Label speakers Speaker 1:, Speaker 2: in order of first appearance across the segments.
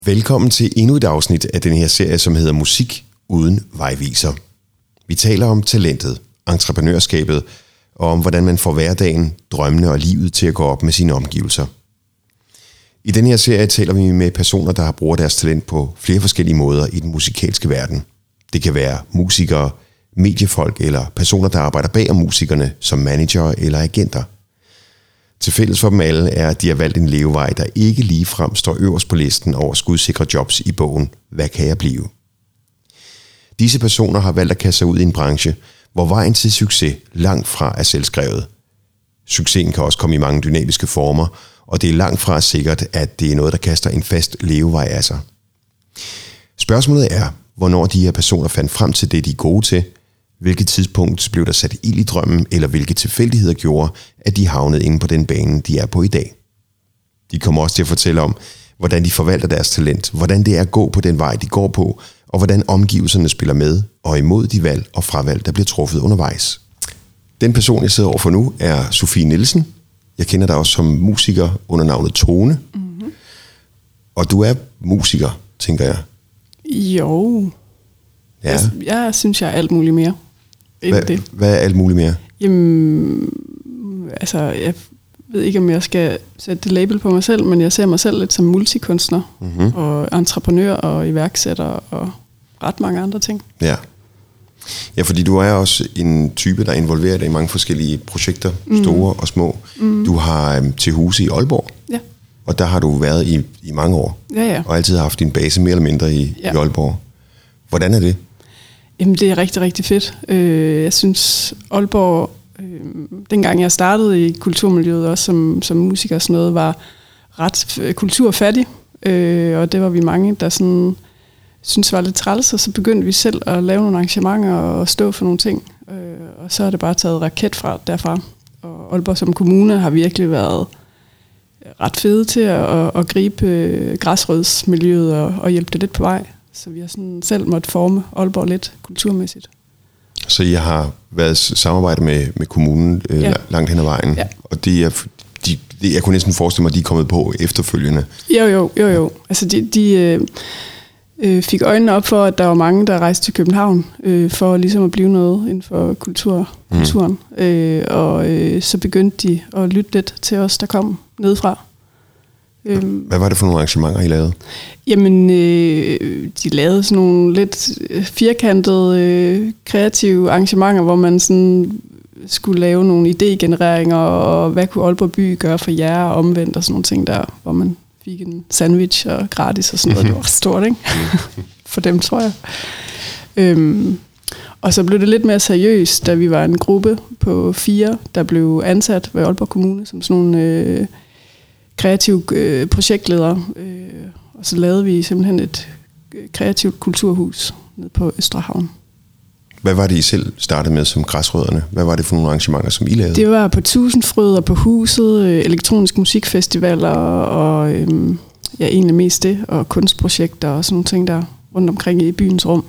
Speaker 1: Velkommen til endnu et afsnit af den her serie, som hedder Musik uden vejviser. Vi taler om talentet, entreprenørskabet og om, hvordan man får hverdagen, drømmene og livet til at gå op med sine omgivelser. I den her serie taler vi med personer, der har brugt deres talent på flere forskellige måder i den musikalske verden. Det kan være musikere, mediefolk eller personer, der arbejder bag om musikerne som manager eller agenter. Til fælles for dem alle er, at de har valgt en levevej, der ikke ligefrem står øverst på listen over skudsikre jobs i bogen Hvad kan jeg blive? Disse personer har valgt at kaste sig ud i en branche, hvor vejen til succes langt fra er selvskrevet. Succesen kan også komme i mange dynamiske former, og det er langt fra sikkert, at det er noget, der kaster en fast levevej af sig. Spørgsmålet er, hvornår de her personer fandt frem til det, de er gode til, hvilket tidspunkt blev der sat ild i drømmen, eller hvilke tilfældigheder gjorde, at de havnede inde på den bane, de er på i dag. De kommer også til at fortælle om, hvordan de forvalter deres talent, hvordan det er at gå på den vej, de går på, og hvordan omgivelserne spiller med og imod de valg og fravalg, der bliver truffet undervejs. Den person, jeg sidder overfor nu, er Sofie Nielsen. Jeg kender dig også som musiker under navnet Tone. Mm-hmm. Og du er musiker, tænker jeg.
Speaker 2: Jo. Ja. Jeg synes, jeg er alt muligt mere.
Speaker 1: Hvad er alt muligt mere?
Speaker 2: Jamen, altså, jeg ved ikke, om jeg skal sætte det label på mig selv, men jeg ser mig selv lidt som multikunstner, og entreprenør og iværksætter og ret mange andre ting.
Speaker 1: Ja, fordi du er også en type, der er involveret i mange forskellige projekter, store og små. Du har til huse i Aalborg, og der har du været i mange år, og altid haft din base mere eller mindre i Aalborg. Hvordan er det?
Speaker 2: Jamen, det er rigtig, rigtig fedt. Jeg synes, Aalborg, dengang jeg startede i kulturmiljøet, også som musiker og sådan noget, var ret kulturfattig. Og det var vi mange, der sådan, synes var lidt træls, og så begyndte vi selv at lave nogle arrangementer og stå for nogle ting. Og så er det bare taget raket derfra. Og Aalborg som kommune har virkelig været ret fede til at gribe græsrødsmiljøet og hjælpe det lidt på vej. Så vi har sådan selv måtte forme Aalborg lidt kulturmæssigt. Så
Speaker 1: I har været samarbejde med kommunen langt hen ad vejen, og jeg kunne næsten forestille mig, at de er kommet på efterfølgende.
Speaker 2: Jo. Altså de fik øjnene op for, at der var mange, der rejste til København for ligesom at blive noget inden for kulturen. Og så begyndte de at lytte lidt til os, der kom nedefra.
Speaker 1: Hvad var det for nogle arrangementer, I lavede?
Speaker 2: Jamen, de lavede sådan nogle lidt firkantede, kreative arrangementer, hvor man sådan skulle lave nogle idégenereringer, og hvad kunne Aalborg by gøre for jer, og omvendt, og sådan nogle ting der, hvor man fik en sandwich og gratis og sådan noget. Det var stort, ikke? For dem, tror jeg. Og så blev det lidt mere seriøst, da vi var en gruppe på 4, der blev ansat ved Aalborg Kommune, som sådan nogle kreative projektledere. Og så lavede vi simpelthen et kreativt kulturhus nede på Østre Havn.
Speaker 1: Hvad var det, I selv startede med som Græsrødderne? Hvad var det for nogle arrangementer, som I lavede?
Speaker 2: Det var på Tusindfryd og på Huset, elektroniske musikfestivaler og egentlig mest det, og kunstprojekter og sådan nogle ting der rundt omkring i byens rum.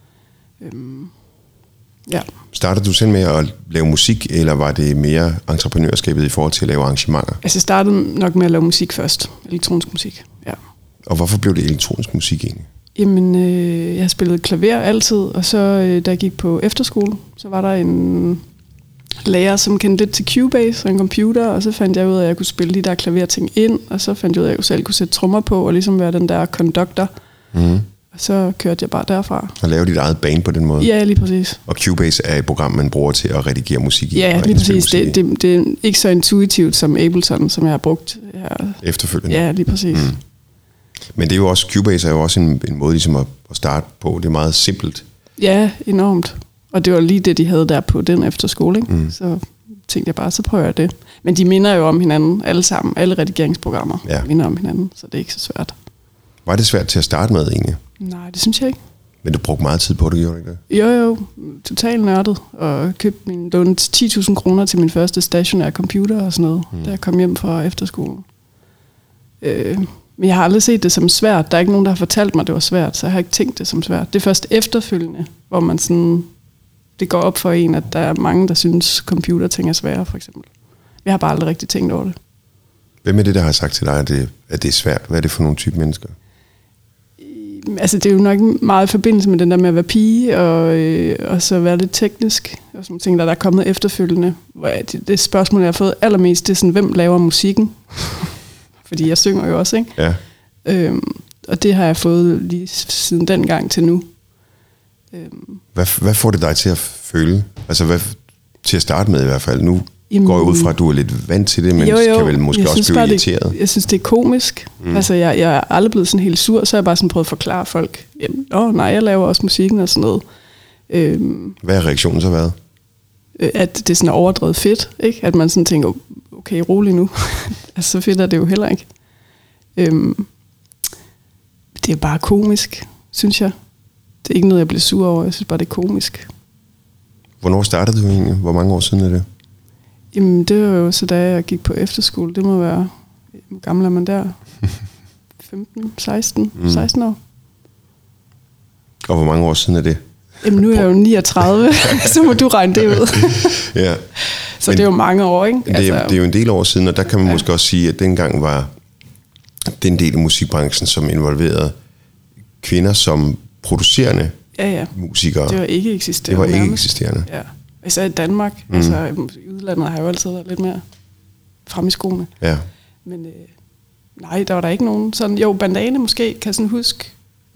Speaker 1: Startede du selv med at lave musik, eller var det mere entreprenørskabet i forhold til at lave arrangementer?
Speaker 2: Altså jeg startede nok med at lave musik først. Elektronisk musik, ja.
Speaker 1: Og hvorfor blev det elektronisk musik egentlig?
Speaker 2: Jamen, jeg har spillet klaver altid, og så da jeg gik på efterskole, så var der en lærer, som kendte lidt til Cubase og en computer, og så fandt jeg ud af, at jeg kunne spille de der klaverting ind, og så fandt jeg ud af, at jeg selv kunne sætte trommer på, og ligesom være den der conductor. Og så kørte jeg bare derfra.
Speaker 1: Og lave dit eget band på den måde?
Speaker 2: Ja, lige præcis.
Speaker 1: Og Cubase er et program, man bruger til at redigere musik i?
Speaker 2: Ja, lige præcis. Det er ikke så intuitivt som Ableton, som jeg har brugt her.
Speaker 1: Efterfølgende?
Speaker 2: Ja, lige præcis.
Speaker 1: Men det er jo også, Cubase er jo også en måde ligesom at starte på. Det er meget simpelt.
Speaker 2: Ja, enormt. Og det var lige det, de havde der på den efterskole, ikke? Så tænkte jeg bare, så prøver jeg det. Men de minder jo om hinanden alle sammen. Alle redigeringsprogrammer minder om hinanden, så det er ikke så svært.
Speaker 1: Var det svært til at starte med egentlig?
Speaker 2: Nej, det synes jeg ikke.
Speaker 1: Men du brugte meget tid på det, gjorde du ikke det?
Speaker 2: Jo, totalt nørdet. Og købte min lån til 10.000 kroner til min første stationære computer og sådan noget, da jeg kom hjem fra efterskolen. Men jeg har aldrig set det som svært. Der er ikke nogen, der har fortalt mig, at det var svært, så jeg har ikke tænkt det som svært. Det er først efterfølgende, hvor man sådan, det går op for en, at der er mange, der synes, computerting er svære, for eksempel. Jeg har bare aldrig rigtig tænkt over det.
Speaker 1: Hvem er det, der har sagt til dig, at det er svært? Hvad er det for nogle type mennesker?
Speaker 2: Altså, det er jo nok meget i forbindelse med den der med at være pige, og så være lidt teknisk, og sådan nogle ting, der er kommet efterfølgende. Det spørgsmål, jeg har fået allermest, det er sådan, hvem laver musikken? Fordi jeg synger jo også, ikke?
Speaker 1: Ja.
Speaker 2: Og det har jeg fået lige siden den gang til nu.
Speaker 1: Hvad får det dig til at føle? Altså, til at starte med i hvert fald. Nu går jeg ud fra, at du er lidt vant til det, men jo. Kan vel måske også blive irriteret.
Speaker 2: Jeg synes, det er komisk. Altså, jeg er aldrig blevet sådan helt sur, så har jeg bare sådan prøvet at forklare folk, nej, jeg laver også musikken og sådan noget.
Speaker 1: Hvad har reaktionen så været?
Speaker 2: At det er sådan overdrevet fedt, ikke? At man sådan tænker, okay, rolig nu. Altså, så fedt er det jo heller ikke. Det er bare komisk, synes jeg. Det er ikke noget, jeg bliver sur over. Jeg synes bare, det er komisk.
Speaker 1: Hvornår startede du egentlig? Hvor mange år siden er det?
Speaker 2: Jamen, det var jo så, da jeg gik på efterskole. Det må være... Hvor gammel er man der? 15, 16 år.
Speaker 1: Og hvor mange år siden er det?
Speaker 2: Jamen, nu er jeg jo 39, så må du regne det ud.
Speaker 1: Ja.
Speaker 2: Så det er jo mange år, ikke?
Speaker 1: Det er jo en del år siden, og der kan man måske også sige, at dengang var den del af musikbranchen, som involverede kvinder som producerende musikere.
Speaker 2: Det var ikke eksisterende.
Speaker 1: Det var ikke eksisterende.
Speaker 2: Ja. Især i Danmark. Altså, i udlandet har jo altid været lidt mere frem i skoene.
Speaker 1: Ja.
Speaker 2: Men nej, der var der ikke nogen sådan... Jo, Bandane måske, kan jeg sådan huske...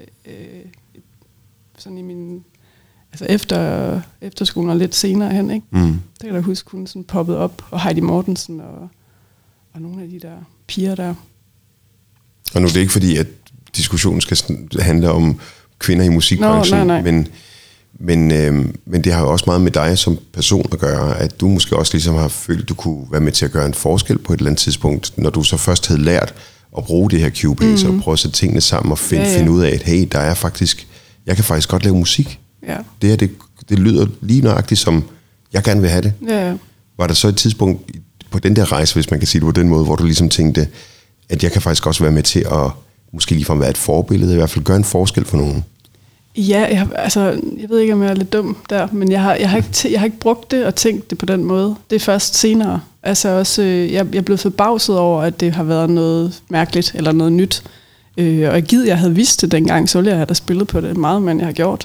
Speaker 2: sådan i min... Altså efter skolen og lidt senere hen, ikke? Der kan jeg huske, hun sådan poppede op, og Heidi Mortensen og nogle af de der piger der.
Speaker 1: Og nu er det ikke fordi, at diskussionen skal handle om kvinder i musikbranchen,
Speaker 2: nej.
Speaker 1: Men det har jo også meget med dig som person at gøre, at du måske også ligesom har følt, at du kunne være med til at gøre en forskel på et eller andet tidspunkt, når du så først havde lært at bruge det her Cubase og prøve at sætte tingene sammen og finde ud af, at hey, jeg kan faktisk godt lave musik.
Speaker 2: Ja.
Speaker 1: Det her, det lyder lige nøjagtigt, som jeg gerne vil have det.
Speaker 2: Ja.
Speaker 1: Var der så et tidspunkt på den der rejse, hvis man kan sige det på den måde, hvor du ligesom tænkte, at jeg kan faktisk også være med til at måske ligefrem være et forbillede, i hvert fald gøre en forskel for nogen?
Speaker 2: Ja, jeg ved ikke, om jeg er lidt dum der, men jeg har ikke brugt det og tænkt det på den måde. Det er først senere. Altså også, jeg er blevet forbavset over, at det har været noget mærkeligt eller noget nyt. Og jeg havde vidst det dengang, så ville jeg have da spillet på det meget, men jeg har gjort.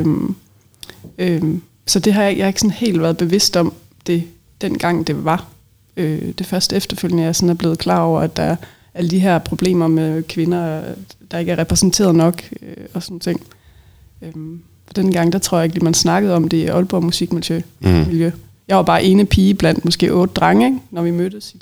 Speaker 2: Så det har jeg har ikke sådan helt været bevidst om det, dengang det var. Det første efterfølgende, jeg sådan er blevet klar over, at der er alle de her problemer med kvinder, der ikke er repræsenteret nok og sådan ting. For den gang, der tror jeg ikke, at man snakkede om det i Aalborg musikmiljø. Jeg var bare ene pige blandt måske 8 drenge, ikke? Når vi mødtes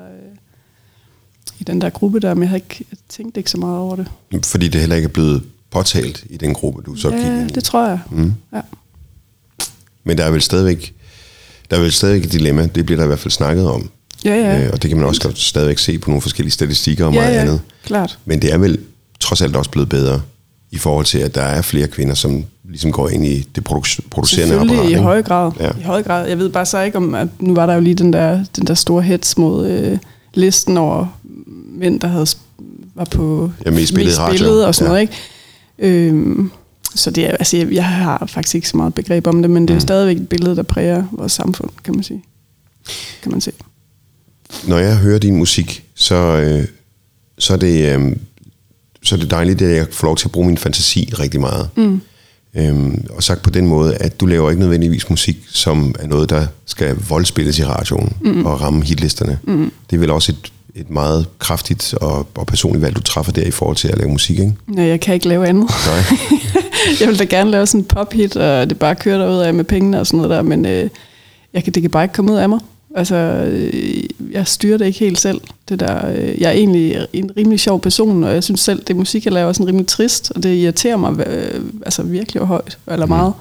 Speaker 2: i den der gruppe der, men jeg tænkte ikke så meget over det.
Speaker 1: Fordi det heller ikke er blevet påtalt i den gruppe, du så gik ind i.
Speaker 2: Det tror jeg. Ja.
Speaker 1: Men der er vel stadigvæk et dilemma, det bliver der i hvert fald snakket om.
Speaker 2: Ja.
Speaker 1: Og det kan man også stadigvæk se på nogle forskellige statistikker og meget andet.
Speaker 2: Klart.
Speaker 1: Men det er vel trods alt også blevet bedre i forhold til, at der er flere kvinder, som ligesom går ind i det producerende apparat.
Speaker 2: Selvfølgelig i høj grad. Ja. I høj grad. Jeg ved bare så ikke om, at nu var der jo lige den der store hets mod listen over mænd, der var på
Speaker 1: mest
Speaker 2: spillet og sådan noget, ikke? Så det er, altså jeg har faktisk ikke så meget begreb om det, men det er stadigvæk et billede, der præger vores samfund, kan man sige. Kan man se.
Speaker 1: Når jeg hører din musik, så er det dejligt, at jeg får lov til at bruge min fantasi rigtig meget. Og sagt på den måde, at du laver ikke nødvendigvis musik, som er noget, der skal voldspilles i radioen og ramme hitlisterne. Det er vel også et meget kraftigt og personligt valg, du træffer der i forhold til at lave musik, ikke?
Speaker 2: Nej, jeg kan ikke lave andet.
Speaker 1: Nej.
Speaker 2: Jeg vil da gerne lave sådan en pophit, og det bare kører derud af med pengene og sådan noget der, men det kan bare ikke komme ud af mig. Altså, jeg styrer det ikke helt selv. Det der, jeg er egentlig en rimelig sjov person, og jeg synes selv, det musik, jeg laver, er sådan rimelig trist, og det irriterer mig altså virkelig højt, eller meget.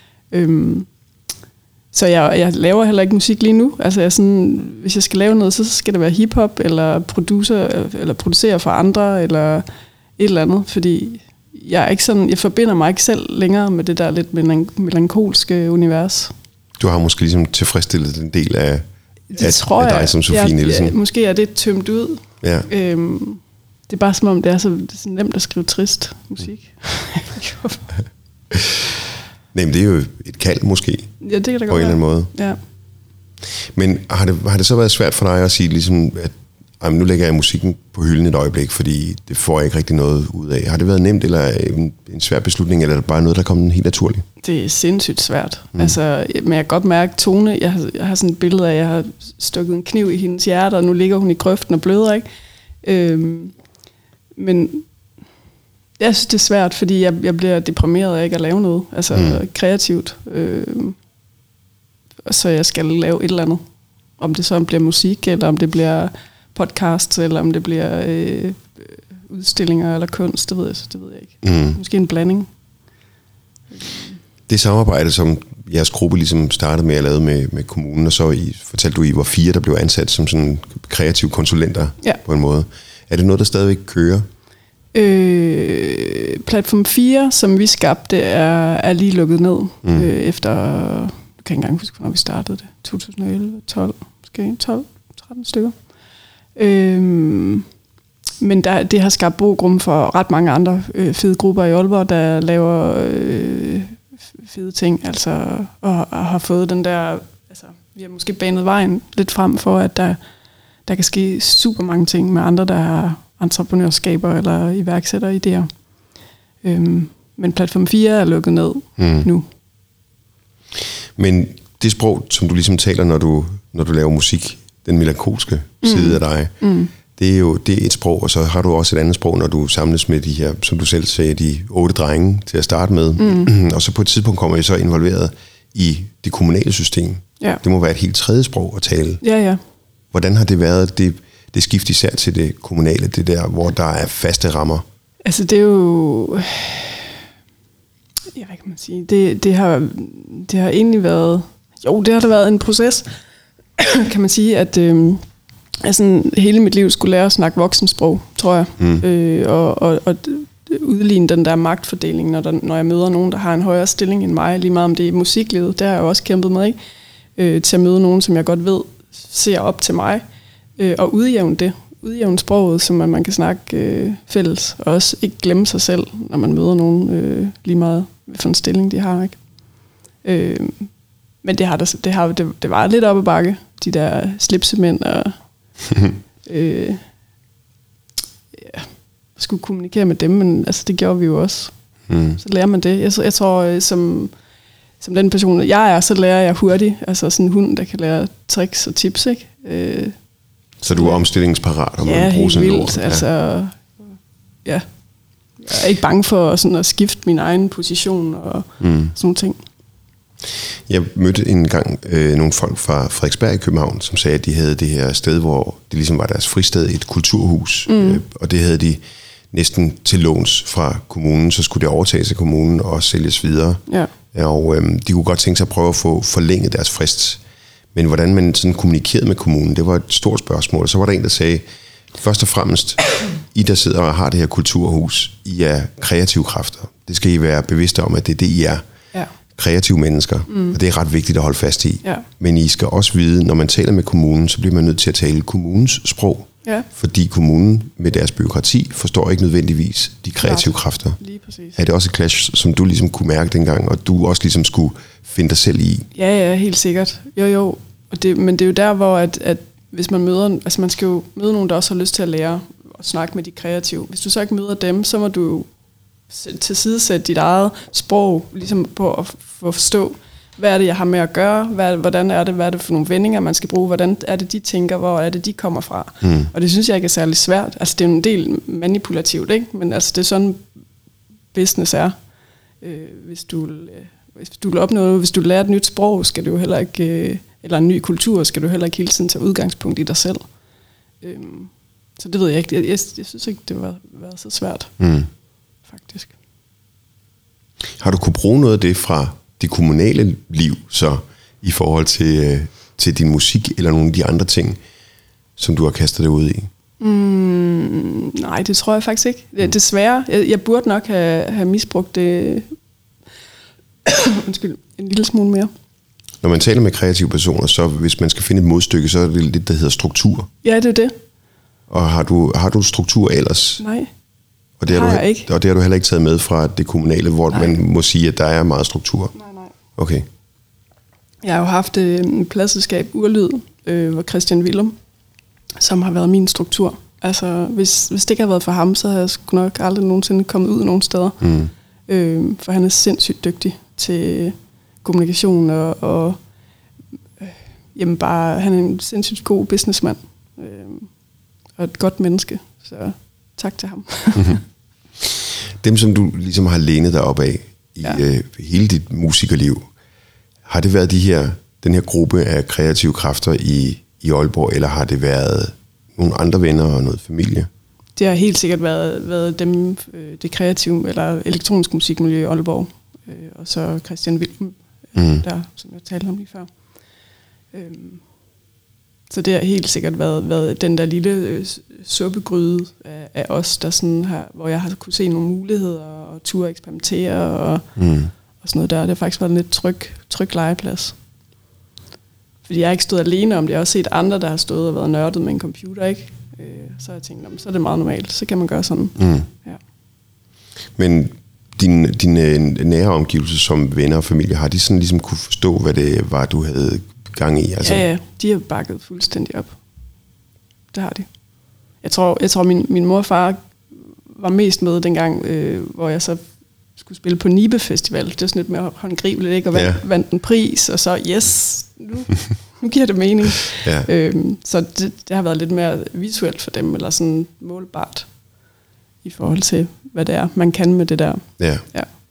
Speaker 2: Så jeg laver heller ikke musik lige nu. Altså, hvis jeg skal lave noget, så skal det være hiphop, eller producere for andre, eller et eller andet, fordi jeg forbinder mig ikke selv længere med det der lidt melankolske univers.
Speaker 1: Du har måske ligesom tilfredsstillet en del af dig som Sofie Nielsen.
Speaker 2: Ja, måske er det tømt ud.
Speaker 1: Ja.
Speaker 2: Det er bare som om, det er så nemt at skrive trist musik.
Speaker 1: Nej, men det er jo et kald måske.
Speaker 2: Ja, det kan da
Speaker 1: på en eller anden måde.
Speaker 2: Ja.
Speaker 1: Men har det så været svært for dig at sige, ligesom, at nu lægger jeg musikken på hylden et øjeblik, fordi det får jeg ikke rigtig noget ud af. Har det været nemt, eller en svær beslutning, eller er det bare noget, der kommer helt naturligt? Det
Speaker 2: er sindssygt svært. Altså, men jeg kan godt mærke Tone, jeg har sådan et billede af, at jeg har stukket en kniv i hendes hjerte, og nu ligger hun i grøften og bløder, ikke? Men jeg synes, det er svært, fordi jeg bliver deprimeret af ikke at lave noget, altså kreativt. Så jeg skal lave et eller andet. Om det så bliver musik, eller om det bliver podcast, eller om det bliver udstillinger eller kunst, det ved jeg ikke. Måske en blanding.
Speaker 1: Det samarbejde, som jeres gruppe ligesom startede med at lave med kommunen, og så fortalte du, I var 4, der blev ansat som sådan kreative konsulenter på en måde. Er det noget, der stadigvæk kører?
Speaker 2: Platform 4, som vi skabte, er lige lukket ned efter, jeg kan ikke engang huske, hvornår vi startede det, 2011, 12, måske 12, 13 stykker. Men det har skabt grobund for ret mange andre fede grupper i Aalborg, der laver fede ting, altså, og har fået den der, altså, vi har måske banet vejen lidt frem for, at der kan ske super mange ting med andre, der har entreprenørskaber eller iværksætter idéer. Men platform 4 er lukket ned nu.
Speaker 1: Men det sprog, som du ligesom taler, når du laver musik, den melankolske side af dig, det er et sprog, og så har du også et andet sprog, når du samles med de her, som du selv sagde, de 8 drenge til at starte med. Og så på et tidspunkt kommer I så involveret i det kommunale system. Ja. Det må være et helt tredje sprog at tale.
Speaker 2: Ja.
Speaker 1: Hvordan har det været, det skift især til det kommunale, det der, hvor der er faste rammer?
Speaker 2: Altså det er jo... Ja, hvad kan man sige? Det har egentlig været... Jo, det har da været en proces, kan man sige, at altså, hele mit liv skulle lære at snakke voksensprog, tror jeg. Og udligne den der magtfordeling, når jeg møder nogen, der har en højere stilling end mig, lige meget om det er i musiklivet, det har jeg også kæmpet med, ikke? Til at møde nogen, som jeg godt ved, ser op til mig, og udjævne sproget, så man kan snakke fælles, og også ikke glemme sig selv, når man møder nogen lige meget, for en stilling de har, ikke? Men det var lidt op ad bakke, de der slipsemænd, og skulle kommunikere med dem, men altså, det gjorde vi jo også. Så lærer man det. Jeg tror, som den person, jeg er, så lærer jeg hurtigt. Altså sådan en hund, der kan lære tricks og tips, ikke?
Speaker 1: Så du er omstillingsparat, om
Speaker 2: man
Speaker 1: bruger
Speaker 2: helt
Speaker 1: sådan
Speaker 2: vildt. Altså, ja. Jeg er ikke bange for sådan at skifte min egen position og sådan nogle ting.
Speaker 1: Jeg mødte en gang nogle folk fra Frederiksberg i København, som sagde, at de havde det her sted, hvor det ligesom var deres fristed, et kulturhus. Og det havde de næsten til låns fra kommunen, så skulle det overtages af kommunen og sælges videre. Ja. Og de kunne godt tænke sig at prøve at få forlænget deres frist. Men hvordan man sådan kommunikerede med kommunen, det var et stort spørgsmål. Så var der en, der sagde, først og fremmest, I der sidder og har det her kulturhus, I er kreative kræfter. Det skal I være bevidste om, at det er det, I er. Ja. Kreative mennesker, og det er ret vigtigt at holde fast i. Ja. Men I skal også vide, når man taler med kommunen, så bliver man nødt til at tale kommunens sprog. Ja. Fordi kommunen med deres bureaukrati forstår ikke nødvendigvis de kreative kræfter.
Speaker 2: Lige præcis.
Speaker 1: Er det også et clash, som du ligesom kunne mærke dengang, og du også ligesom skulle finde dig selv i?
Speaker 2: Ja, helt sikkert. Jo. Men det er jo der, hvor at hvis man møder, altså man skal jo møde nogen, der også har lyst til at lære at snakke med de kreative. Hvis du så ikke møder dem, så må du tilsidesætte dit eget sprog, ligesom på at forstå, hvad er det, jeg har med at gøre, hvordan er det, hvad er det for nogle vendinger, man skal bruge, hvordan er det, de tænker, hvor er det, de kommer fra. Og det synes jeg ikke er særlig svært. Altså, det er jo en del manipulativt, ikke? Men altså, det er sådan, business er. Hvis du vil opnå, hvis du lærer et nyt sprog, skal du jo heller ikke, eller en ny kultur, skal du heller ikke hele tiden tage udgangspunkt i dig selv. Så det ved jeg ikke. Jeg synes ikke, det var så svært, faktisk.
Speaker 1: Har du kunne bruge noget af det fra det kommunale liv, så i forhold til din musik, eller nogle af de andre ting, som du har kastet dig ud i?
Speaker 2: Nej, det tror jeg faktisk ikke. Desværre. Jeg burde nok have misbrugt det en lille smule mere.
Speaker 1: Når man taler med kreative personer, så hvis man skal finde et modstykke, så er det lidt, der hedder struktur.
Speaker 2: Ja, det er det.
Speaker 1: Og har du struktur ellers?
Speaker 2: Nej.
Speaker 1: Og det har du heller ikke taget med fra det kommunale, hvor man må sige, at der er meget struktur?
Speaker 2: Nej.
Speaker 1: Okay.
Speaker 2: Jeg har jo haft et pladselskab, Urlyd, hvor Christian Willum, som har været min struktur. Altså, hvis det ikke havde været for ham, så havde jeg sgu nok aldrig nogensinde kommet ud nogen steder. For han er sindssygt dygtig til kommunikation, og jamen bare, han er en sindssygt god businessmand. Og et godt menneske. Så tak til ham.
Speaker 1: Dem, som du ligesom har lænet dig op af i hele dit musikerliv, har det været den her gruppe af kreative kræfter i Aalborg, eller har det været nogle andre venner og noget familie?
Speaker 2: Det har helt sikkert været dem, det kreative eller elektronisk musikmiljø i Aalborg. Og så Christian Wilm, der, som jeg talte om lige før. Så det har helt sikkert været den der lille suppegryde af os, der sådan hvor jeg har kunne se nogle muligheder og turde eksperimentere og sådan noget der. Det har faktisk været en lidt tryg legeplads. Fordi jeg har ikke stået alene om det. Jeg har også set andre, der har stået og været nørdet med en computer, ikke? Så har jeg tænkt, så er det meget normalt. Så kan man gøre sådan. Ja.
Speaker 1: Men dine nære omgivelser som venner og familie, har de sådan ligesom kunne forstå, hvad det var, du havde gang i? Altså?
Speaker 2: Ja, de har bakket fuldstændig op. Det har de. Jeg tror min mor og far var mest med dengang, hvor jeg så skulle spille på Nibe Festival. Det er sådan lidt mere håndgribeligt, ikke? Og vandt en pris, og så yes, nu giver det mening. Ja. Så det har været lidt mere visuelt for dem, eller sådan målbart i forhold til, hvad det er, man kan med det der.
Speaker 1: Ja.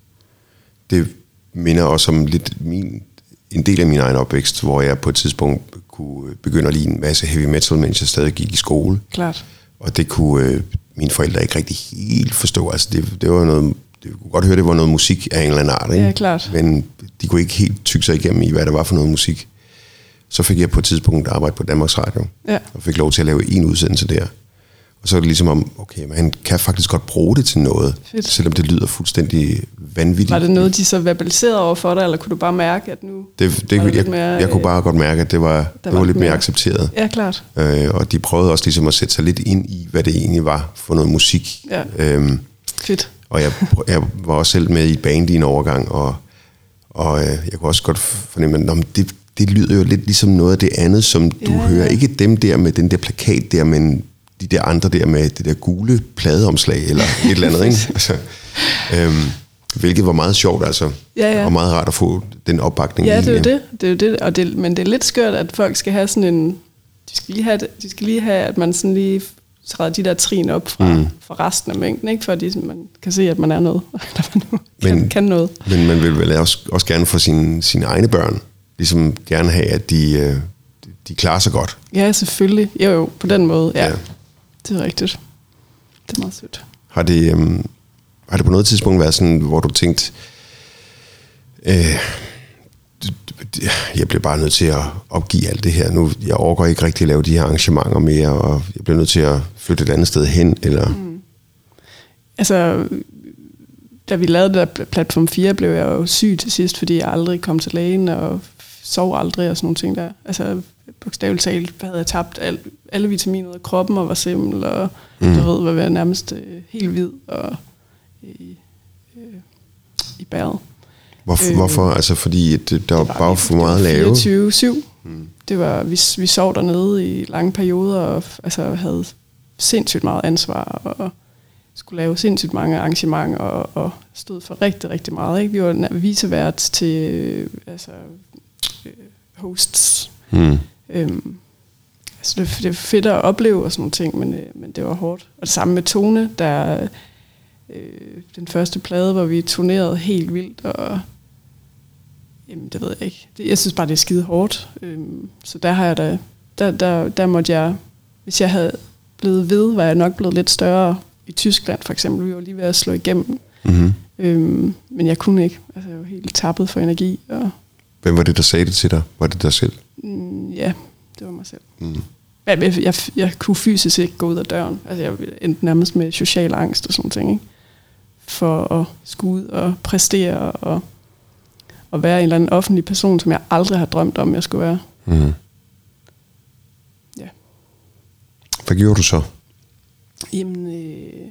Speaker 1: Det minder også om lidt en del af min egen opvækst, hvor jeg på et tidspunkt kunne begynde at lide en masse heavy metal, mens jeg stadig gik i skole.
Speaker 2: Klart.
Speaker 1: Og det kunne mine forældre ikke rigtig helt forstå. Altså det var noget, de kunne godt høre, det var noget musik af en eller anden art, ikke?
Speaker 2: Ja, klart.
Speaker 1: Men de kunne ikke helt tygge sig igennem i, hvad der var for noget musik. Så fik jeg på et tidspunkt arbejde på Danmarks Radio, og fik lov til at lave en udsendelse der. Og så er det ligesom om, okay, man kan faktisk godt bruge det til noget, selvom det lyder fuldstændig vanvittigt.
Speaker 2: Var det noget, de så verbaliserede over for dig, eller kunne du bare mærke, at nu
Speaker 1: jeg kunne bare godt mærke, at det var lidt mere accepteret.
Speaker 2: Ja, klart.
Speaker 1: Og de prøvede også ligesom at sætte sig lidt ind i, hvad det egentlig var for noget musik.
Speaker 2: Ja. Fedt.
Speaker 1: Og jeg var også selv med i et band i en overgang, og jeg kunne også godt fornemme, at det lyder jo lidt ligesom noget af det andet, som du hører. Ikke dem der med den der plakat der, men de der andre der med det der gule pladeomslag, eller et eller andet, ikke? Altså, hvilket var meget sjovt, altså. Og meget rart at få den opbakning.
Speaker 2: Ja, det er jo det. Men det er lidt skørt, at folk skal have sådan en... De skal lige have, at man sådan lige træder de der trin op fra resten af mængden, ikke? Fordi man kan se, at man er noget, eller man kan noget.
Speaker 1: Men man vil vel også gerne for sine egne børn, ligesom gerne have, at de klarer sig godt.
Speaker 2: Ja, selvfølgelig. Jo, på den måde, ja. Det er rigtigt. Det er meget sødt.
Speaker 1: Har det på noget tidspunkt været sådan, hvor du tænkte, jeg bliver bare nødt til at opgive alt det her nu, jeg overgår ikke rigtig at lave de her arrangementer mere, og jeg bliver nødt til at flytte et andet sted hen, eller?
Speaker 2: Altså, da vi lavede det der Platform 4, blev jeg jo syg til sidst, fordi jeg aldrig kom til lægen, og sov aldrig og sådan nogle ting der. Altså, bogstaveligt talt havde jeg tabt alle vitaminer ud af kroppen, og var svimmel, og du ved, var nærmest helt hvid, og i bæret.
Speaker 1: Hvorfor? Altså fordi der var bare for meget at lave?
Speaker 2: 24/7. Det var, vi sov dernede i lange perioder, og altså havde sindssygt meget ansvar, og skulle lave sindssygt mange arrangementer, og stod for rigtig, rigtig meget. Ikke? Vi var vicevært til hosts. Altså det er fedt at opleve og sådan nogle ting, men det var hårdt. Og det samme med Tone, der den første plade, hvor vi turnerede helt vildt, og jamen, det ved jeg ikke. Jeg synes bare, det er skide hårdt. Så der har jeg der måtte jeg, hvis jeg havde blevet ved, var jeg nok blevet lidt større i Tyskland for eksempel. Vi var lige ved at slå igennem. Men jeg kunne ikke. Altså, jeg var helt tappet for energi. Og
Speaker 1: hvem var det, der sagde det til dig? Var det dig selv?
Speaker 2: Ja, det var mig selv. Jeg kunne fysisk ikke gå ud af døren. Altså, jeg endte nærmest med social angst og sådan ting, ikke? For at skulle ud og præstere og være en eller anden offentlig person, som jeg aldrig har drømt om, jeg skulle være. Ja.
Speaker 1: Hvad gjorde du så?
Speaker 2: Jamen,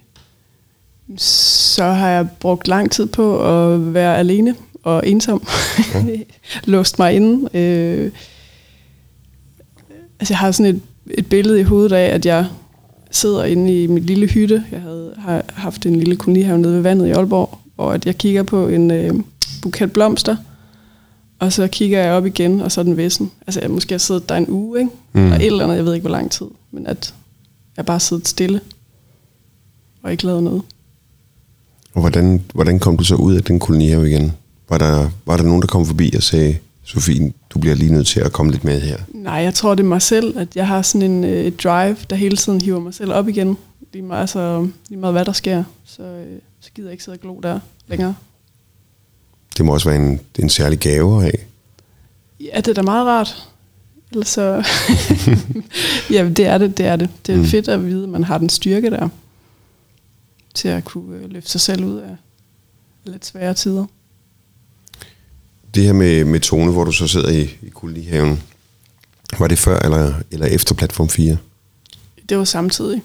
Speaker 2: så har jeg brugt lang tid på at være alene og ensom. Låst mig inde. Altså jeg har sådan et billede i hovedet af, at jeg sidder inde i mit lille hytte. Jeg har haft en lille kolonihave nede ved vandet i Aalborg, og at jeg kigger på en buket blomster, og så kigger jeg op igen, og så er den vissen. Altså, jeg måske har siddet der en uge, ikke? Eller et eller andet, jeg ved ikke, hvor lang tid. Men at jeg bare sidder stille, og ikke lavet noget.
Speaker 1: Og hvordan kom du så ud af den kolonihave igen? Var der nogen, der kom forbi og sagde, Sofie, du bliver lige nødt til at komme lidt med her?
Speaker 2: Nej, jeg tror, det er mig selv, at jeg har sådan et drive, der hele tiden hiver mig selv op igen. Lige meget hvad der sker, så gider jeg ikke sidde og glo der længere.
Speaker 1: Det må også være en særlig gave at have.
Speaker 2: Ja, det er da meget rart. Ellers så... ja, det er det. Det er fedt at vide, at man har den styrke der, til at kunne løfte sig selv ud af lidt svære tider.
Speaker 1: Det her med Tone, hvor du så sidder i kolonihaven, var det før eller efter Platform 4?
Speaker 2: Det var samtidig.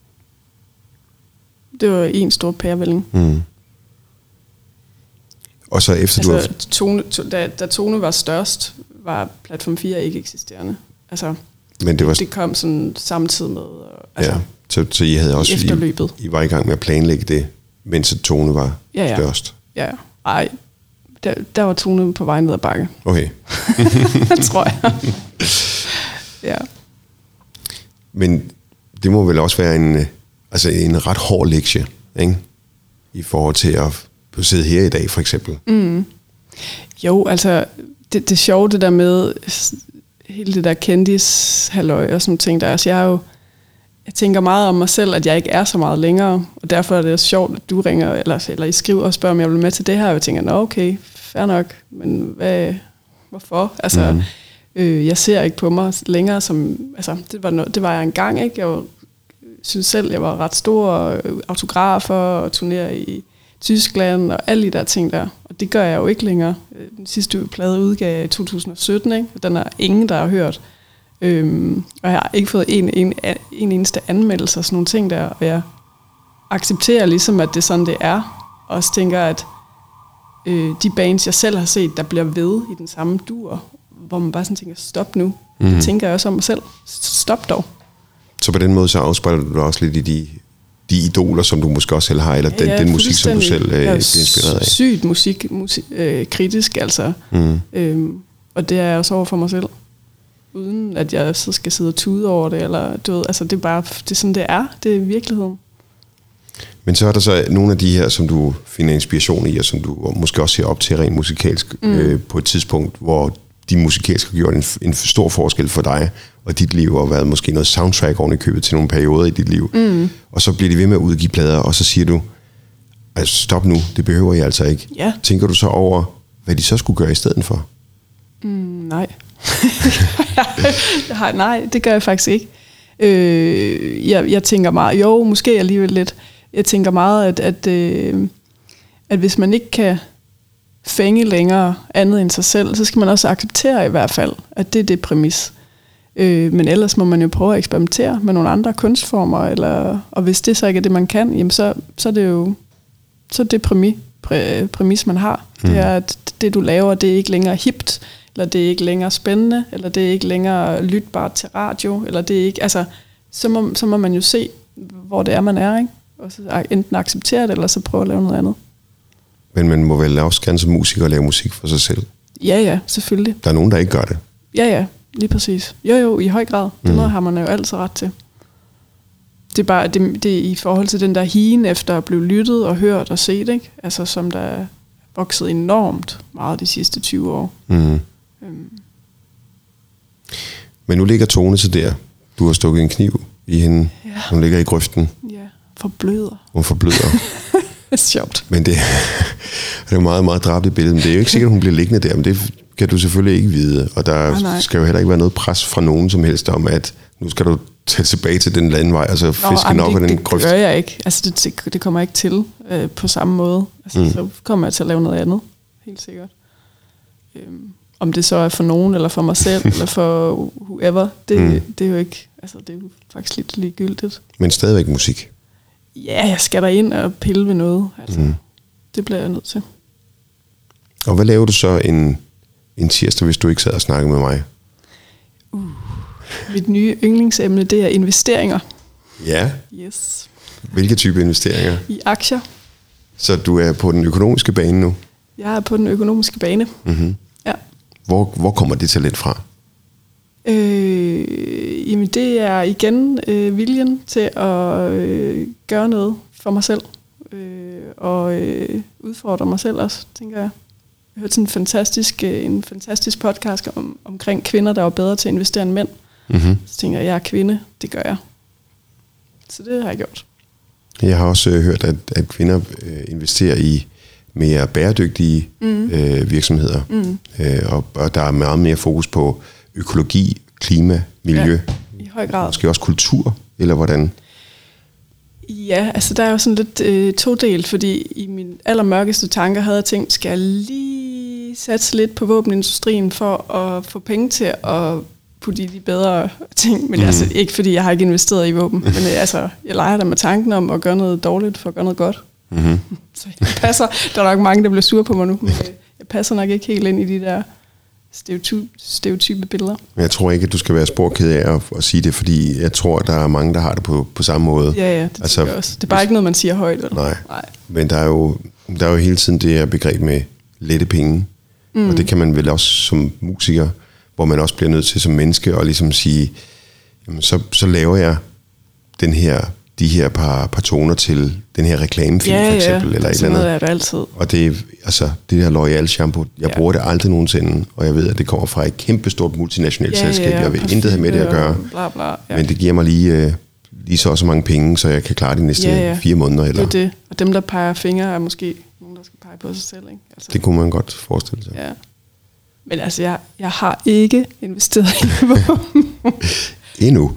Speaker 2: Det var en stor pærevælling.
Speaker 1: Og så efter
Speaker 2: altså, da Tone var størst, var Platform 4 ikke eksisterende. Altså,
Speaker 1: men det
Speaker 2: kom sådan samtidig med. Altså,
Speaker 1: ja, så I havde også
Speaker 2: efterløbet.
Speaker 1: I var i gang med at planlægge det, mens Tone var størst?
Speaker 2: Ja. Ej, der var Tone på vej ned ad bakke.
Speaker 1: Okay.
Speaker 2: Tror jeg. Ja.
Speaker 1: Men det må vel også være en ret hård lektie, ikke? I forhold til at sidde her i dag, for eksempel.
Speaker 2: Jo, altså, det er sjovt det der med hele det der kendishalløj og sådan ting der. Altså, jeg tænker meget om mig selv, at jeg ikke er så meget længere, og derfor er det sjovt, at du ringer, eller I skriver og spørger, om jeg vil med til det her, og jeg tænker, nå okay, fair nok, men hvorfor? Altså, jeg ser ikke på mig længere som, altså, det var jeg engang, ikke? Jeg synes selv, jeg var ret stor, autografer og turnerer i Tyskland og alle de der ting der, og det gør jeg jo ikke længere. Den sidste plade udgav i 2017, ikke? Den er ingen, der har hørt. Og jeg har ikke fået en eneste anmeldelse og sådan nogle ting der, og jeg accepterer ligesom, at det er sådan, det er, og også tænker, at de bands, jeg selv har set, der bliver ved i den samme dur, hvor man bare sådan tænker, stop nu. Det tænker jeg også om mig selv. Stop dog.
Speaker 1: Så på den måde, så afspejler du også lidt i de idoler, som du måske også selv har, eller den musik, som du selv bliver inspireret af?
Speaker 2: Sygt kritisk, altså. Og det er jeg også over for mig selv. Uden at jeg så skal sidde og tude over det, eller du ved, altså det er bare, det er sådan, det er. Det er virkeligheden. Men
Speaker 1: så er der så nogle af de her, som du finder inspiration i, og som du måske også ser op til rent musikalsk, på et tidspunkt, hvor de musikalsk har gjort en stor forskel for dig, og dit liv, og været måske noget soundtrack oven i købet til nogle perioder i dit liv. Og så bliver de ved med at udgive plader, og så siger du, altså stop nu, det behøver jeg altså ikke.
Speaker 2: Ja.
Speaker 1: Tænker du så over, hvad de så skulle gøre i stedet for?
Speaker 2: Nej. Nej, det gør jeg faktisk ikke. Jeg tænker meget, jo, måske alligevel lidt. Jeg tænker meget, at hvis man ikke kan fænge længere andet end sig selv, så skal man også acceptere i hvert fald, at det er det præmis. Men ellers må man jo prøve at eksperimentere med nogle andre kunstformer, og hvis det så ikke er det, man kan, jamen så er det jo så er det præmis, man har. Det er, at det, du laver, det er ikke længere hipt, eller det er ikke længere spændende, eller det er ikke længere lytbart til radio, eller det er ikke, altså, så må man jo se, hvor det er, man er, ikke? Og så enten acceptere det, eller så prøve at lave noget andet.
Speaker 1: Men man må vel også gerne som musiker lave musik for sig selv?
Speaker 2: Ja, selvfølgelig.
Speaker 1: Der er nogen, der ikke gør det?
Speaker 2: Ja, lige præcis. Jo, i høj grad. Det noget har man jo altid ret til. Det er bare det er i forhold til den der higen efter at blive lyttet og hørt og set, ikke? Altså som der er vokset enormt meget de sidste 20 år.
Speaker 1: Men nu ligger Tone så der. Du har stukket en kniv i hende. Ja. Hun ligger i grøften.
Speaker 2: Ja, forbløder.
Speaker 1: Hun forbløder.
Speaker 2: Det er sjovt.
Speaker 1: Men det er jo meget, meget drabeligt billede. Men det er jo ikke sikkert, at hun bliver liggende der. Men det kan du selvfølgelig ikke vide. Og der skal jo heller ikke være noget pres fra nogen som helst om, at nu skal du tage tilbage til den landvej, og så fiske nok af den grøft.
Speaker 2: Det gør jeg ikke. Altså det kommer ikke til på samme måde. Altså så kommer jeg til at lave noget andet. Helt sikkert. Om det så er for nogen, eller for mig selv, eller for whoever, det er jo ikke, altså det er jo faktisk lidt ligegyldigt.
Speaker 1: Men stadigvæk musik?
Speaker 2: Ja, jeg skal der ind og pille ved noget. Altså, det bliver jeg nødt til.
Speaker 1: Og hvad laver du så en tirsdag, hvis du ikke sad og snakkede med mig?
Speaker 2: Mit nye yndlingsemne, det er investeringer.
Speaker 1: Ja.
Speaker 2: Yes.
Speaker 1: Hvilke type investeringer?
Speaker 2: I aktier.
Speaker 1: Så du er på den økonomiske bane nu?
Speaker 2: Jeg er på den økonomiske bane.
Speaker 1: Mm-hmm.
Speaker 2: Ja.
Speaker 1: Hvor kommer det talent fra?
Speaker 2: Jamen det er igen viljen til at gøre noget for mig selv. Og udfordre mig selv også, tænker jeg. Jeg hørte sådan en fantastisk podcast omkring kvinder, der var bedre til at investere end mænd.
Speaker 1: Mm-hmm.
Speaker 2: Så tænker jeg er kvinde, det gør jeg. Så det har jeg gjort.
Speaker 1: Jeg har også hørt, at kvinder investerer i mere bæredygtige virksomheder. Og der er meget mere fokus på økologi, klima, miljø.
Speaker 2: Ja, i høj grad.
Speaker 1: Måske også kultur, eller hvordan?
Speaker 2: Ja, altså der er jo sådan lidt todelt, fordi i mine allermørkeste tanker havde jeg tænkt, skal jeg lige satse lidt på våbenindustrien for at få penge til at putte i de bedre ting. Men altså ikke fordi jeg har ikke investeret i våben, men altså jeg leger da med tanken om at gøre noget dårligt for at gøre noget godt. Mm-hmm. Så jeg passer, der er nok mange, der bliver sure på mig nu, men jeg passer nok ikke helt ind i de der stereotype billeder.
Speaker 1: Jeg tror ikke, at du skal være sporked af at sige det, fordi jeg tror, at der er mange, der har det på samme måde.
Speaker 2: Ja, det altså, jeg også. Det er bare ikke noget, man siger højt. Eller?
Speaker 1: Nej. Men der er jo hele tiden det her begreb med lette penge, og det kan man vel også som musiker, hvor man også bliver nødt til som menneske at ligesom sige, jamen, så laver jeg de her par toner til den her reklamefilm for eksempel, eller et eller andet.
Speaker 2: Ja, det altid.
Speaker 1: Og det her L'Oreal shampoo, jeg bruger det aldrig nogensinde, og jeg ved, at det kommer fra et kæmpestort multinationalt selskab. Jeg vil intet have med det at gøre.
Speaker 2: Bla, bla, ja.
Speaker 1: Men det giver mig lige så mange penge, så jeg kan klare de næste 4 måneder. Eller?
Speaker 2: Det er det. Og dem, der peger fingre, er måske nogen, der skal pege på sig selv. Ikke? Altså.
Speaker 1: Det kunne man godt forestille sig.
Speaker 2: Ja. Men altså, jeg har ikke investeret i våben.
Speaker 1: Endnu.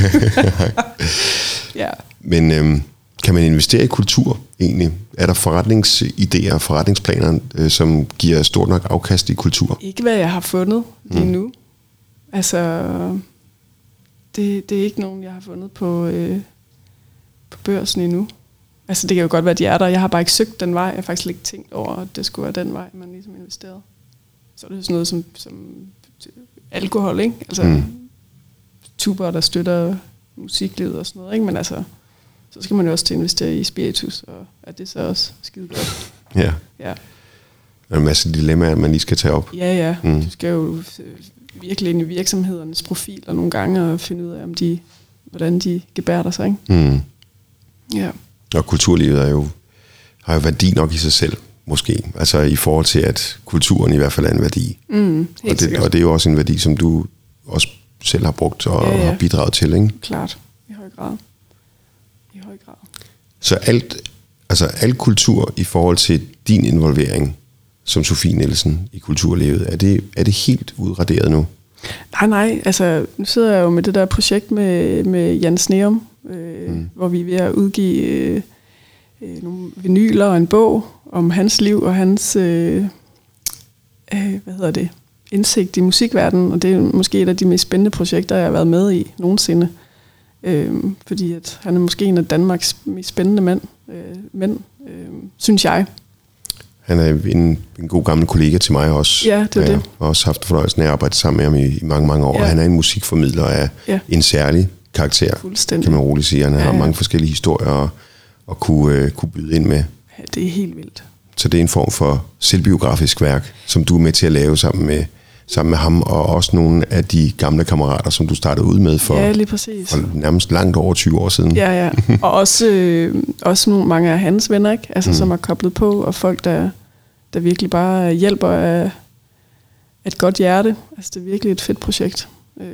Speaker 2: Ja.
Speaker 1: Men kan man investere i kultur egentlig? Er der forretningsidéer og forretningsplaner, som giver stort nok afkast i kultur?
Speaker 2: Ikke hvad jeg har fundet lige nu. Altså, det er ikke nogen, jeg har fundet på børsen endnu. Altså, det kan jo godt være, at de er der. Jeg har bare ikke søgt den vej. Jeg har faktisk ikke tænkt over, at det skulle være den vej, man ligesom investerede. Så er det sådan noget som alkohol, ikke? Altså, tuber, der støtter musiklivet og sådan noget, ikke? Men altså, så skal man jo også til at investere i spiritus, og er det så også skide godt.
Speaker 1: Ja.
Speaker 2: Ja.
Speaker 1: Der er en masse dilemmaer, man lige skal tage op.
Speaker 2: Ja. Du skal jo virkelig ind i virksomhedernes profiler nogle gange og finde ud af, hvordan de gebærder sig, ikke? Ja. Og
Speaker 1: kulturlivet har jo værdi nok i sig selv, måske. Altså i forhold til, at kulturen i hvert fald er en værdi. Og det er jo også en værdi, som du også selv har brugt og har bidraget til, ikke?
Speaker 2: Klart. I høj grad.
Speaker 1: Så alt kultur i forhold til din involvering som Sofie Nielsen i kulturlivet, er det helt udraderet nu?
Speaker 2: Nej, altså nu sidder jeg jo med det der projekt med Jan Sneum, hvor vi er ved at udgive nogle vinyler og en bog om hans liv og hans indsigt i musikverdenen, og det er måske et af de mest spændende projekter, jeg har været med i nogensinde. Fordi at han er måske en af Danmarks mest spændende mænd, synes jeg.
Speaker 1: Han er en god gammel kollega til mig også.
Speaker 2: Ja, det er det. Jeg
Speaker 1: har også haft fornøjelsen af at arbejde sammen med ham i mange, mange år. Ja. Han er en musikformidler af en særlig karakter, kan man roligt sige. Han har mange forskellige historier at kunne byde ind med.
Speaker 2: Ja, det er helt vildt.
Speaker 1: Så det er en form for selvbiografisk værk, som du er med til at lave sammen med ham, og også nogle af de gamle kammerater, som du startede ud med for nærmest langt over 20 år siden.
Speaker 2: Ja. Og også nogle, mange af hans venner, ikke? Altså, som er koblet på, og folk, der virkelig bare hjælper af et godt hjerte. Altså, det er virkelig et fedt projekt.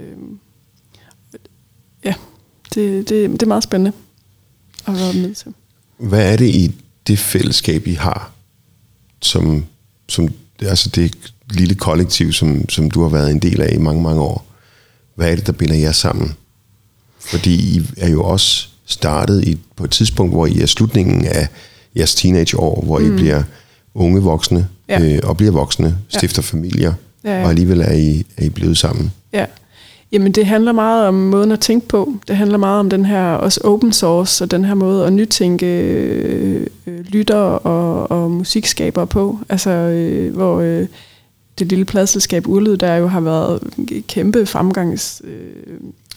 Speaker 2: Det er meget spændende at være med til.
Speaker 1: Hvad er det i det fællesskab, I har, som altså det lille kollektiv, som du har været en del af i mange, mange år? Hvad er det, der binder jer sammen? Fordi I er jo også startet på et tidspunkt, hvor I er slutningen af jeres teenageår, hvor I bliver unge voksne, og bliver voksne, stifter familier, og alligevel er I blevet sammen. Ja.
Speaker 2: Jamen det handler meget om måden at tænke på. Det handler meget om den her også open source, og den her måde at nytænke lytter og musikskabere på. Altså hvor det lille pladeselskab Urlyd, der jo har været kæmpe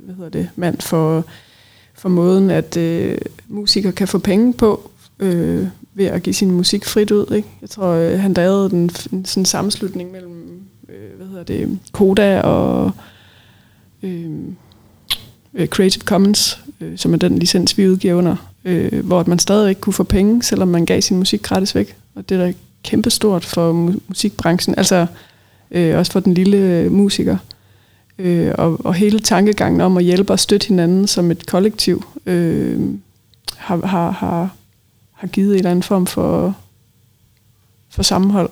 Speaker 2: mand for måden, at musikere kan få penge på, ved at give sin musik frit ud. Ikke? Jeg tror, han lavede sådan en sammenslutning mellem Koda og Creative Commons, som er den licens, vi udgiver under, hvor man stadigvæk kunne få penge, selvom man gav sin musik gratis væk. Og det er da kæmpestort for musikbranchen, altså også for den lille musiker. Og hele tankegangen om at hjælpe og støtte hinanden som et kollektiv, har givet en eller anden form for sammenhold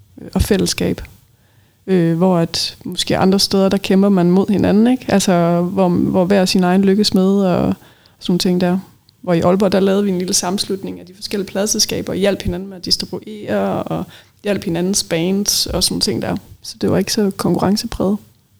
Speaker 2: og fællesskab. Hvor at måske andre steder, der kæmper man mod hinanden, ikke? Altså, hvor hver sin egen lykkes med, og sådan nogle ting der. Hvor i Aalborg, der lavede vi en lille sammenslutning af de forskellige pladeselskaber, og hjalp hinanden med at distribuere, og hjalp hinandens bands, og sådan nogle ting der. Så det var ikke så konkurrencepræget.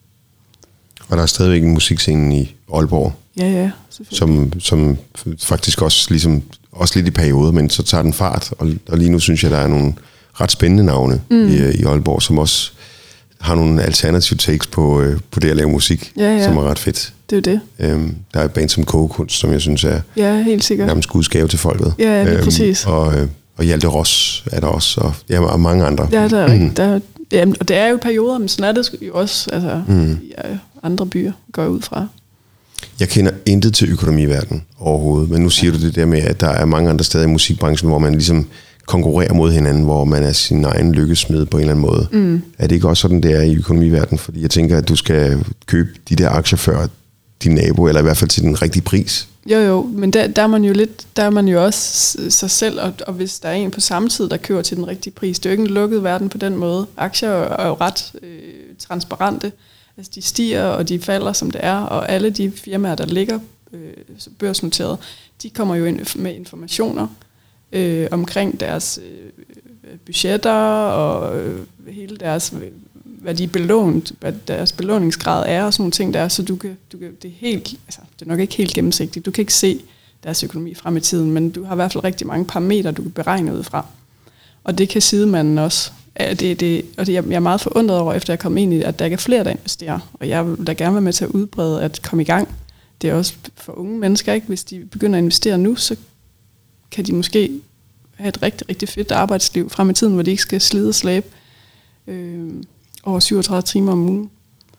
Speaker 1: Og der er stadigvæk en musikscene i Aalborg.
Speaker 2: Ja,
Speaker 1: som faktisk også, ligesom, også lidt i perioder, men så tager den fart. Og lige nu synes jeg, der er nogle ret spændende navne i Aalborg, som også har nogle alternative takes på det at lave musik, som er ret fedt.
Speaker 2: Det er det.
Speaker 1: Der er et band som Kogekunst, som jeg synes er
Speaker 2: helt sikkert
Speaker 1: nærmest gudsgave til folket.
Speaker 2: Ja, lige præcis.
Speaker 1: Og Hjalte Ross er der også, og mange andre.
Speaker 2: Ja, der er rigtigt. Og det er jo perioder, men sådan er det jo også i andre byer, går jeg ud fra.
Speaker 1: Jeg kender intet til økonomiverdenen overhovedet, men nu siger du det der med, at der er mange andre steder i musikbranchen, hvor man ligesom konkurrerer mod hinanden, hvor man er sin egen lykkesmed på en eller anden måde. Er det ikke også sådan, det er i økonomiverdenen? Fordi jeg tænker, at du skal købe de der aktier før din nabo, eller i hvert fald til den rigtige pris.
Speaker 2: Jo, men der er man jo lidt, der er man jo også sig selv, og hvis der er en på samme tid, der køber til den rigtige pris, det er jo ikke en lukket verden på den måde. Aktier er jo ret transparente. Altså de stiger, og de falder, som det er, og alle de firmaer, der ligger børsnoteret, de kommer jo ind med informationer omkring deres budgetter og hele deres, hvad de er belånt, hvad deres belåningsgrad er og sådan nogle ting der, så du kan det er helt, altså det er nok ikke helt gennemsigtigt, du kan ikke se deres økonomi frem i tiden, men du har i hvert fald rigtig mange parametre, du kan beregne ud fra. Og det kan sidemanden også. Jeg er meget forundret over, efter jeg kom ind i, at der ikke er flere, der investerer. Og jeg vil da gerne være med til at udbrede, at komme i gang. Det er også for unge mennesker, ikke? Hvis de begynder at investere nu, så kan de måske have et rigtig, rigtig fedt arbejdsliv frem i tiden, hvor de ikke skal slide og slæbe over 37 timer om ugen.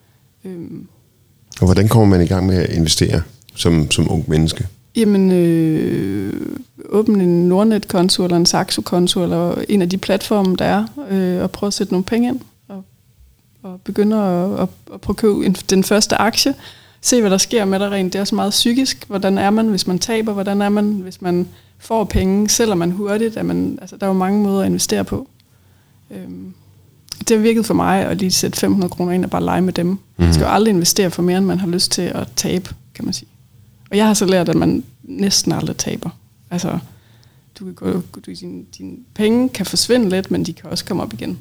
Speaker 1: Og hvordan kommer man i gang med at investere som ung menneske?
Speaker 2: Jamen, åbne en Nordnet-konto eller en Saxo-konto eller en af de platforme, der er, og prøve at sætte nogle penge ind og begynde at prøve at købe den første aktie. Se, hvad der sker med dig rent. Det er også meget psykisk. Hvordan er man, hvis man taber? Hvordan er man, hvis man får penge? Selvom man hurtigt, der er jo mange måder at investere på. Det har virket for mig at lige sætte 500 kroner ind og bare lege med dem. Man skal jo aldrig investere for mere, end man har lyst til at tabe, kan man sige. Og jeg har så lært, at man næsten aldrig taber. Altså, dine penge kan forsvinde lidt, men de kan også komme op igen.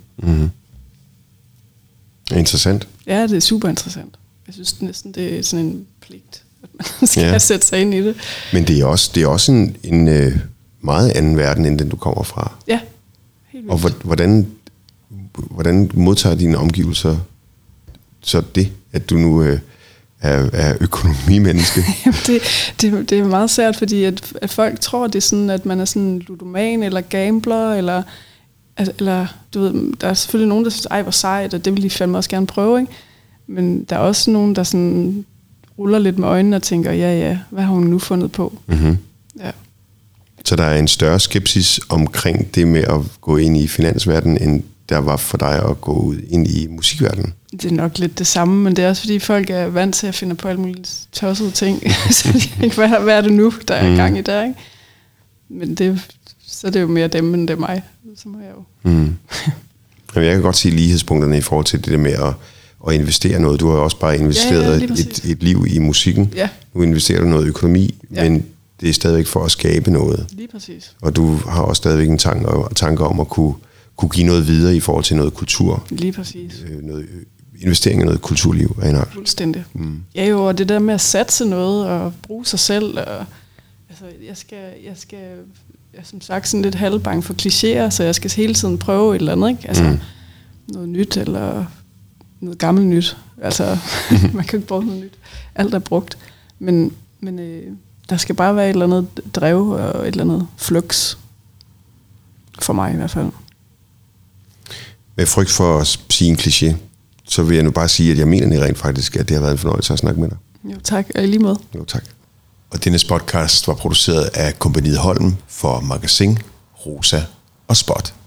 Speaker 1: Interessant.
Speaker 2: Ja, det er super interessant. Jeg synes næsten, det er sådan en pligt, at man skal sætte sig ind i det.
Speaker 1: Men det er også en meget anden verden, end den du kommer fra.
Speaker 2: Ja, helt vildt.
Speaker 1: Og hvordan modtager dine omgivelser så det, at du nu er økonomimenneske?
Speaker 2: det er meget sært, fordi at folk tror, det er sådan, at man er sådan ludoman eller gambler, eller du ved, der er selvfølgelig nogen, der synes, ej hvor sejt, og det vil de fandme også gerne prøve, ikke? Men der er også nogen, der sådan ruller lidt med øjnene og tænker, ja, hvad har hun nu fundet på? Ja.
Speaker 1: Så der er en større skepsis omkring det med at gå ind i finansverdenen, end der var for dig at gå ud ind i musikverdenen?
Speaker 2: Det er nok lidt det samme, men det er også fordi folk er vant til at finde på alle mulige tossede ting. Så hvad er det nu, der er i gang i der, ikke? Men så er det jo mere dem, end det er mig. Så må jeg jo.
Speaker 1: Jeg kan godt se lighedspunkterne i forhold til det der med at investere noget. Du har jo også bare investeret et liv i musikken. Ja. Nu investerer du noget økonomi, men det er stadigvæk for at skabe noget.
Speaker 2: Lige præcis.
Speaker 1: Og du har også stadigvæk en tanke om at kunne give noget videre i forhold til noget kultur.
Speaker 2: Lige præcis.
Speaker 1: Noget investering i noget kulturliv.
Speaker 2: Fuldstændig. Ja jo, og det der med at satse noget og bruge sig selv. Og, altså, jeg er som sagt sådan lidt halvbange for klichéer, så jeg skal hele tiden prøve et eller andet, ikke? Altså noget nyt, eller noget gammelt nyt. Altså, man kan ikke bruge noget nyt. Alt er brugt. Men der skal bare være et eller andet drev og et eller andet flux. For mig i hvert fald.
Speaker 1: Med frygt for at sige en kliché, så vil jeg nu bare sige, at jeg mener rent faktisk, at det har været en fornøjelse at snakke med dig.
Speaker 2: Jo tak, og i lige måde.
Speaker 1: Jo tak. Og denne podcast var produceret af kompagniet Holm for Magasin, Rosa og Spot.